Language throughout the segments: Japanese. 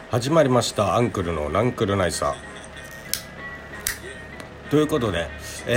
始まりましたアンクルのランクルナイサーということで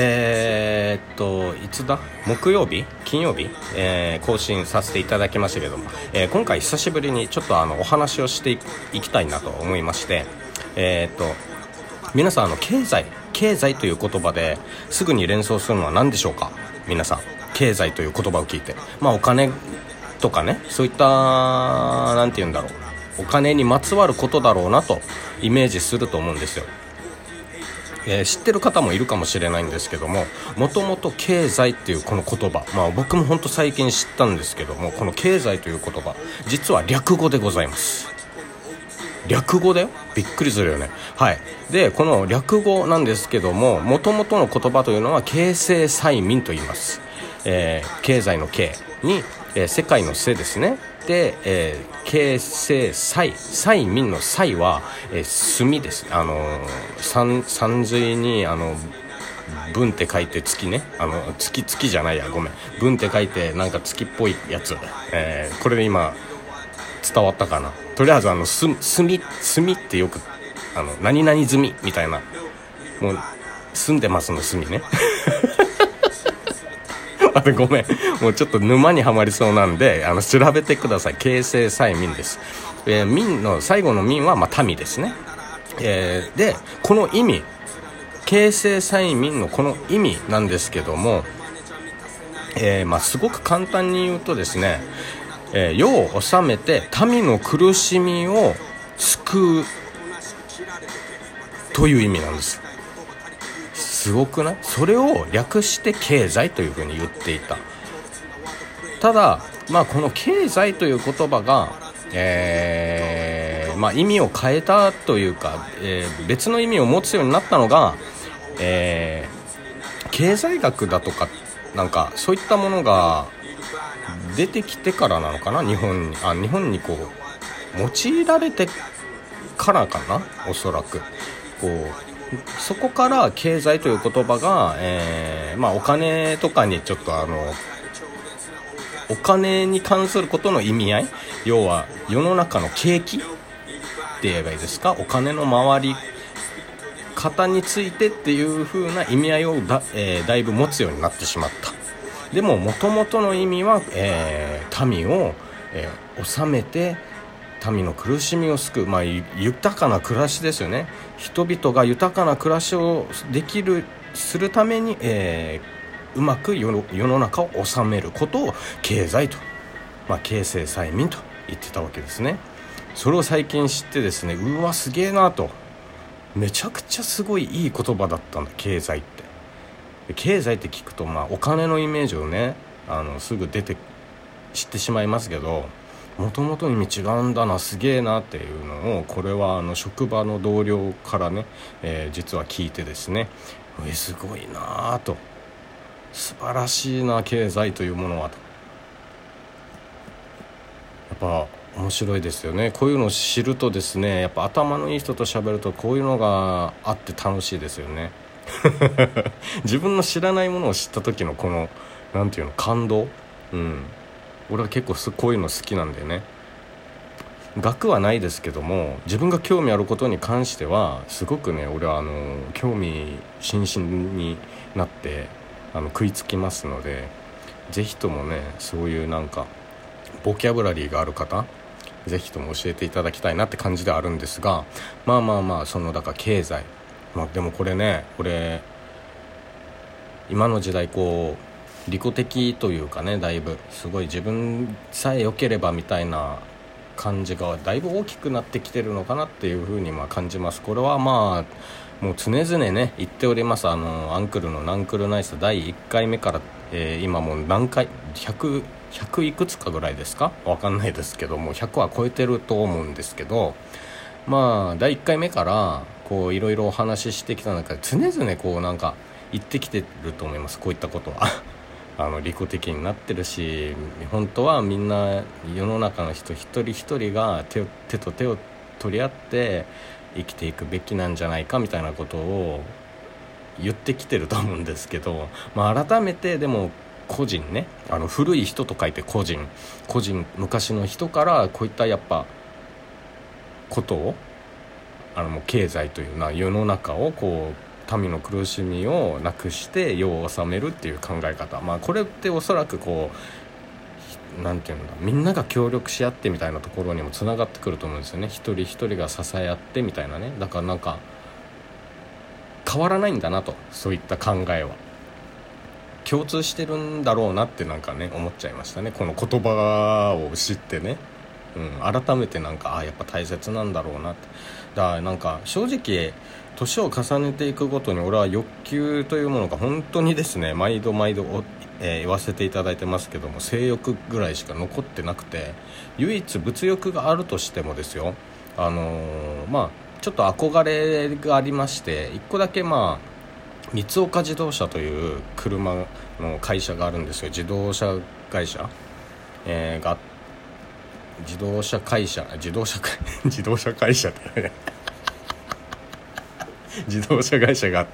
いつだ木曜日金曜日、更新させていただきましたけども、今回久しぶりにちょっとお話をしていきたいなと思いまして、皆さん経済という言葉ですぐに連想するのは何でしょうか。皆さん経済という言葉を聞いて、お金とかね、そういったなんて言うんだろう、お金にまつわることだろうなとイメージすると思うんですよ。知ってる方もいるかもしれないんですけども、もともと経済っていうこの言葉、僕も本当最近知ったんですけども、この経済という言葉実は略語でございます。略語だよ。びっくりするよね。はい。でこの略語なんですけども、もともとの言葉というのは経世済民と言います。経済の経に、世界の世ですね。で、経世済民の済は、墨です。山水に文って書いて月ね、月じゃないや、ごめん、文って書いてなんか月っぽいやつ、これで今伝わったかな。とりあえず墨ってよく何々済みみたいな、もう住んでますの墨ねごめん、もうちょっと沼にはまりそうなんで調べてください。経世済民です。民の最後の民は民ですね。でこの意味、経世済民のこの意味なんですけども、すごく簡単に言うとですね、世を治めて民の苦しみを救うという意味なんです。すごくない？それを略して経済というふうに言っていた。ただ、この経済という言葉が、意味を変えたというか、別の意味を持つようになったのが、経済学だとかなんかそういったものが出てきてからなのかな。日本にこう用いられてからかな、おそらく。こうそこから経済という言葉が、お金とかにちょっとお金に関することの意味合い、要は世の中の景気って言えばいいですか、お金の回り方についてっていう風な意味合いをだいぶ持つようになってしまった。でも元々の意味は、民を、治めて民の苦しみを救う、豊かな暮らしですよね。人々が豊かな暮らしをするために、うまく世の中を治めることを経済と、経世済民と言ってたわけですね。それを最近知ってですね、うわすげえなと、めちゃくちゃすごいいい言葉だったんだ経済って。経済って聞くと、お金のイメージをねすぐ知ってしまいますけど、元々に違うんだな、すげえなっていうのを、これは職場の同僚からね、実は聞いてですね、すごいなと、素晴らしいな経済というものはと。やっぱ面白いですよね。こういうのを知るとですね、やっぱ頭のいい人と喋るとこういうのがあって楽しいですよね自分の知らないものを知った時のこのなんていうの、感動、俺は結構こういうの好きなんでね。学はないですけども、自分が興味あることに関してはすごくね、俺は興味津々になって食いつきますので、ぜひともね、そういうなんかボキャブラリーがある方、ぜひとも教えていただきたいなって感じではあるんですが、そのだから経済、でもこれね、今の時代こう利己的というかね、だいぶすごい自分さえ良ければみたいな感じがだいぶ大きくなってきてるのかなっていうふうに感じます。これはもう常々ね言っております。アンクルのナンクルナイス第1回目から、今もう何回100いくつかぐらいですか、わかんないですけども、100は超えてると思うんですけど、第1回目からこういろいろお話ししてきた中で常々こうなんか言ってきてると思います。こういったことは利己的になってるし、本当はみんな世の中の人一人一人が手と手を取り合って生きていくべきなんじゃないかみたいなことを言ってきてると思うんですけど、改めてでも個人ね、古い人と書いて個人、昔の人からこういったやっぱことをもう経済という世の中をこう民の苦しみをなくして世を治めるっていう考え方、これっておそらくこうなんていうんだ、みんなが協力し合ってみたいなところにもつながってくると思うんですよね。一人一人が支え合ってみたいなね。だからなんか変わらないんだなと、そういった考えは共通してるんだろうなってなんかね思っちゃいましたね、この言葉を知ってね。改めてなんかやっぱ大切なんだろうなって。だからなんか正直年を重ねていくごとに俺は欲求というものが本当にですね毎度言わせていただいてますけども、性欲ぐらいしか残ってなくて、唯一物欲があるとしてもですよ、ちょっと憧れがありまして、一個だけ三岡自動車という車の会社があるんですよ。自動車会社、自動車会社って自動車会社会社があって、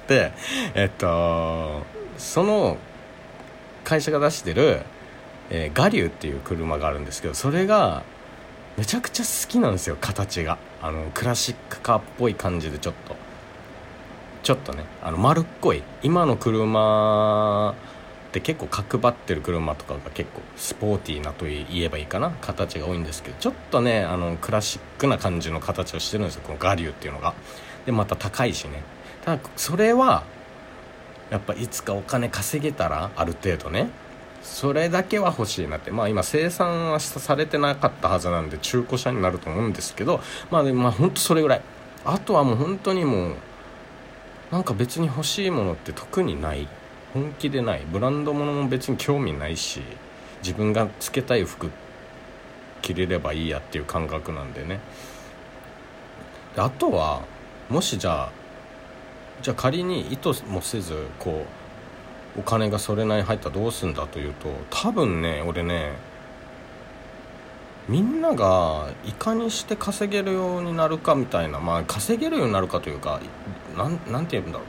その会社が出してる、ガリューっていう車があるんですけど、それがめちゃくちゃ好きなんですよ。形がクラシックカーっぽい感じでちょっとね丸っこい、今の車って結構角張ってる車とかが結構スポーティーなと言えばいいかな、形が多いんですけど、ちょっとねクラシックな感じの形をしてるんですよ、このガリューっていうのが。でまた高いしね。ただそれはやっぱいつかお金稼げたらある程度ね、それだけは欲しいなって。今生産はされてなかったはずなんで中古車になると思うんですけど、でも本当それぐらい。あとはもう本当にもうなんか別に欲しいものって特にない、本気でない、ブランド物も別に興味ないし、自分がつけたい服着れればいいやっていう感覚なんでね。であとはもしじゃあ仮に意図もせずこうお金がそれなりに入ったらどうすんだというと、多分ね俺ね、みんながいかにして稼げるようになるかみたいな、稼げるようになるかというか、なんて言うんだろう、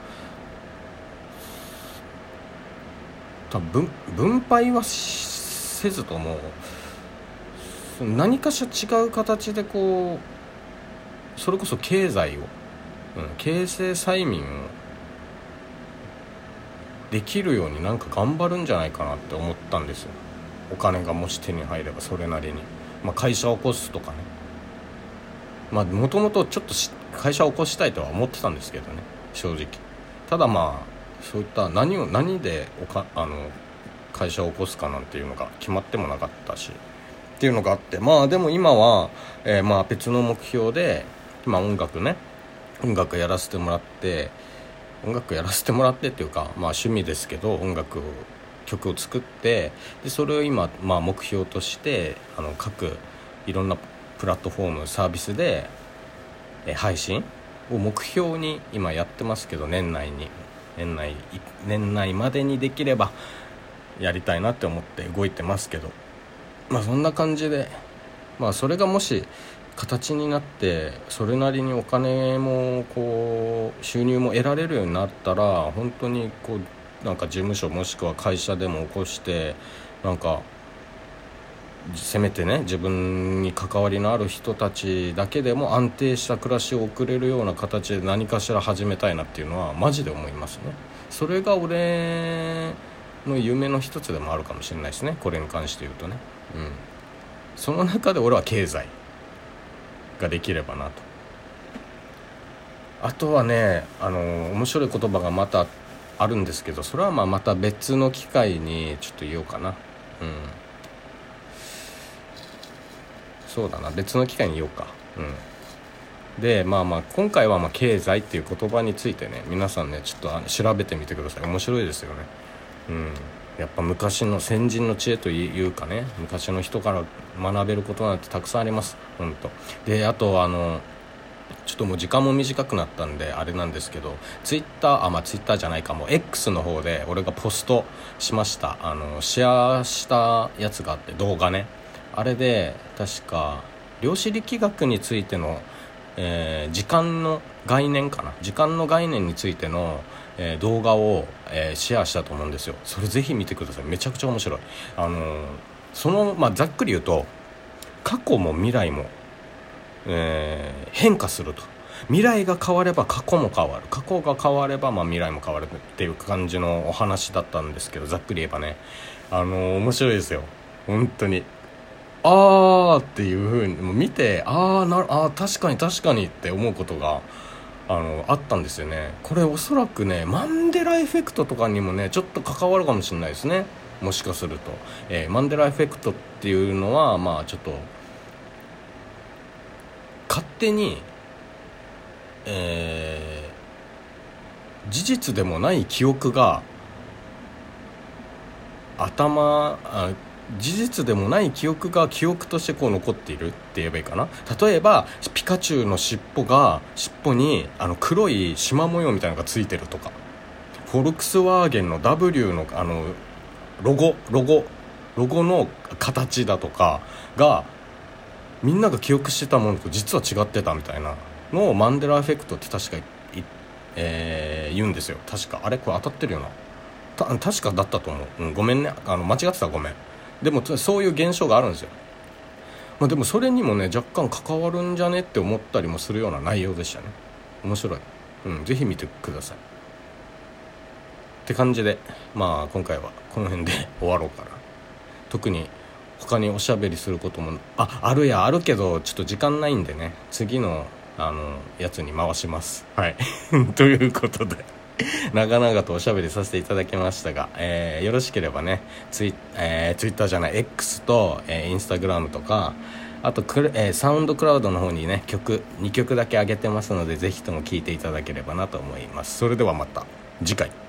多分分配はせずとも何かしら違う形でこうそれこそ経済を、形成催眠をできるようになんか頑張るんじゃないかなって思ったんですよ。お金がもし手に入ればそれなりに、会社を起こすとかね。もともとちょっと会社を起こしたいとは思ってたんですけどね、正直。ただそういった何で会社を起こすかなんていうのが決まってもなかったしっていうのがあって、でも今は、別の目標で音楽やらせてもらってっていうか、趣味ですけど曲を作って、でそれを今、目標として各いろんなプラットフォームサービスで、配信を目標に今やってますけど、年内までにできればやりたいなって思って動いてますけど、そんな感じで、それがもし形になってそれなりにお金もこう収入も得られるようになったら、本当にこうなんか事務所もしくは会社でも起こして、なんかせめてね自分に関わりのある人たちだけでも安定した暮らしを送れるような形で何かしら始めたいなっていうのはマジで思いますね。それが俺の夢の一つでもあるかもしれないですね、これに関して言うとね。その中で俺は経済ができればなと。あとはね面白い言葉がまたあるんですけど、それはまた別の機会にちょっと言おうかな。そうだな、別の機会に言おうか。で今回は経済っていう言葉についてね、皆さんねちょっと調べてみてください。面白いですよね。やっぱ昔の先人の知恵というかね、昔の人から学べることなんてたくさんあります、本当。であとちょっともう時間も短くなったんであれなんですけど、ツイッターじゃないか、もう X の方で俺がポストしました。シェアしたやつがあって、動画ね。あれで確か量子力学についての、時間の概念についての、動画を、シェアしたと思うんですよ。それぜひ見てください。めちゃくちゃ面白い。ざっくり言うと過去も未来も変化すると。未来が変われば過去も変わる、過去が変われば未来も変わるっていう感じのお話だったんですけど、ざっくり言えばね面白いですよ本当に。っていう風にもう見て確かにって思うことがあったんですよね。これおそらくねマンデラエフェクトとかにもねちょっと関わるかもしれないですね、もしかすると。マンデラエフェクトっていうのはちょっと勝手に事実でもない記憶が事実でもない記憶が記憶としてこう残っているって言えばいいかな。例えばピカチュウの尻尾に黒い縞模様みたいなのがついてるとか、フォルクスワーゲンの W のロゴの形だとかがみんなが記憶してたものと実は違ってたみたいなのをマンデラエフェクトって確か言うんですよ。確かこれ当たってるよな、確かだったと思う、ごめんね間違ってたらごめん。でもそういう現象があるんですよ。でもそれにもね若干関わるんじゃねって思ったりもするような内容でしたね。面白い、ぜひ見てくださいって感じで、今回はこの辺で終わろうかな。特に他におしゃべりすることもあるけどちょっと時間ないんでね、次のやつに回します。はいということで長々とおしゃべりさせていただきましたが、よろしければねツイッターじゃない X と、インスタグラムとか、あとサウンドクラウドの方にね2曲だけ上げてますので、ぜひとも聴いていただければなと思います。それではまた次回。